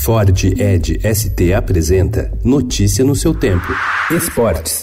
Ford Edge ST apresenta Notícia no seu tempo. Esportes.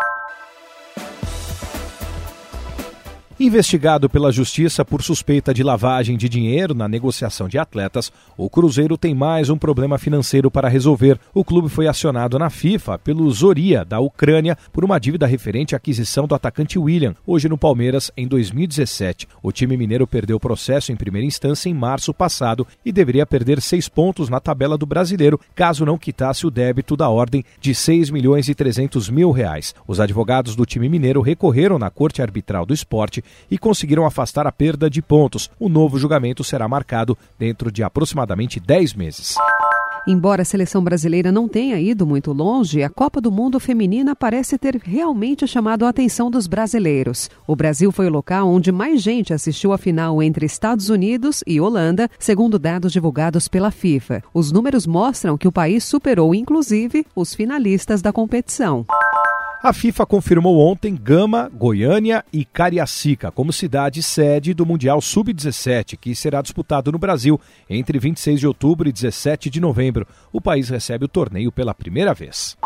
Investigado pela Justiça por suspeita de lavagem de dinheiro na negociação de atletas, o Cruzeiro tem mais um problema financeiro para resolver. O clube foi acionado na FIFA pelo Zoria, da Ucrânia, por uma dívida referente à aquisição do atacante William, hoje no Palmeiras, em 2017. O time mineiro perdeu o processo em primeira instância em março passado e deveria perder 6 pontos na tabela do Brasileiro, caso não quitasse o débito da ordem de R$6.300.000. Os advogados do time mineiro recorreram na Corte Arbitral do Esporte e conseguiram afastar a perda de pontos. O novo julgamento será marcado dentro de aproximadamente 10 meses. Embora a seleção brasileira não tenha ido muito longe, a Copa do Mundo Feminina parece ter realmente chamado a atenção dos brasileiros. O Brasil foi o local onde mais gente assistiu à final entre Estados Unidos e Holanda, segundo dados divulgados pela FIFA. Os números mostram que o país superou, inclusive, os finalistas da competição. A FIFA confirmou ontem Gama, Goiânia e Cariacica como cidade sede do Mundial Sub-17, que será disputado no Brasil entre 26 de outubro e 17 de novembro. O país recebe o torneio pela primeira vez.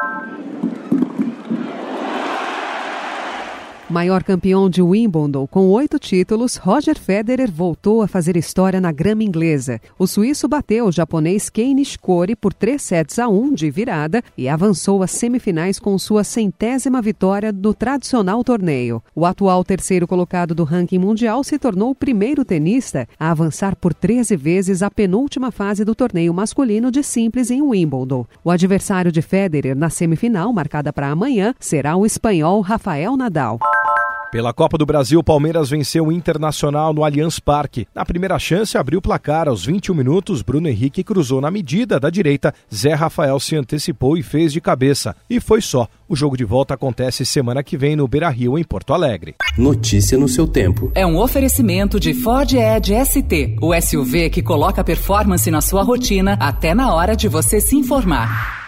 Maior campeão de Wimbledon, com 8 títulos, Roger Federer voltou a fazer história na grama inglesa. O suíço bateu o japonês Kei Nishikori por 3-1 de virada e avançou às semifinais com sua 100ª vitória no tradicional torneio. O atual terceiro colocado do ranking mundial se tornou o primeiro tenista a avançar por 13 vezes a penúltima fase do torneio masculino de simples em Wimbledon. O adversário de Federer na semifinal, marcada para amanhã, será o espanhol Rafael Nadal. Pela Copa do Brasil, o Palmeiras venceu o Internacional no Allianz Parque. Na primeira chance, abriu o placar. Aos 21 minutos, Bruno Henrique cruzou na medida da direita. Zé Rafael se antecipou e fez de cabeça. E foi só. O jogo de volta acontece semana que vem no Beira-Rio, em Porto Alegre. Notícia no seu tempo. É um oferecimento de Ford Edge ST, o SUV que coloca performance na sua rotina até na hora de você se informar.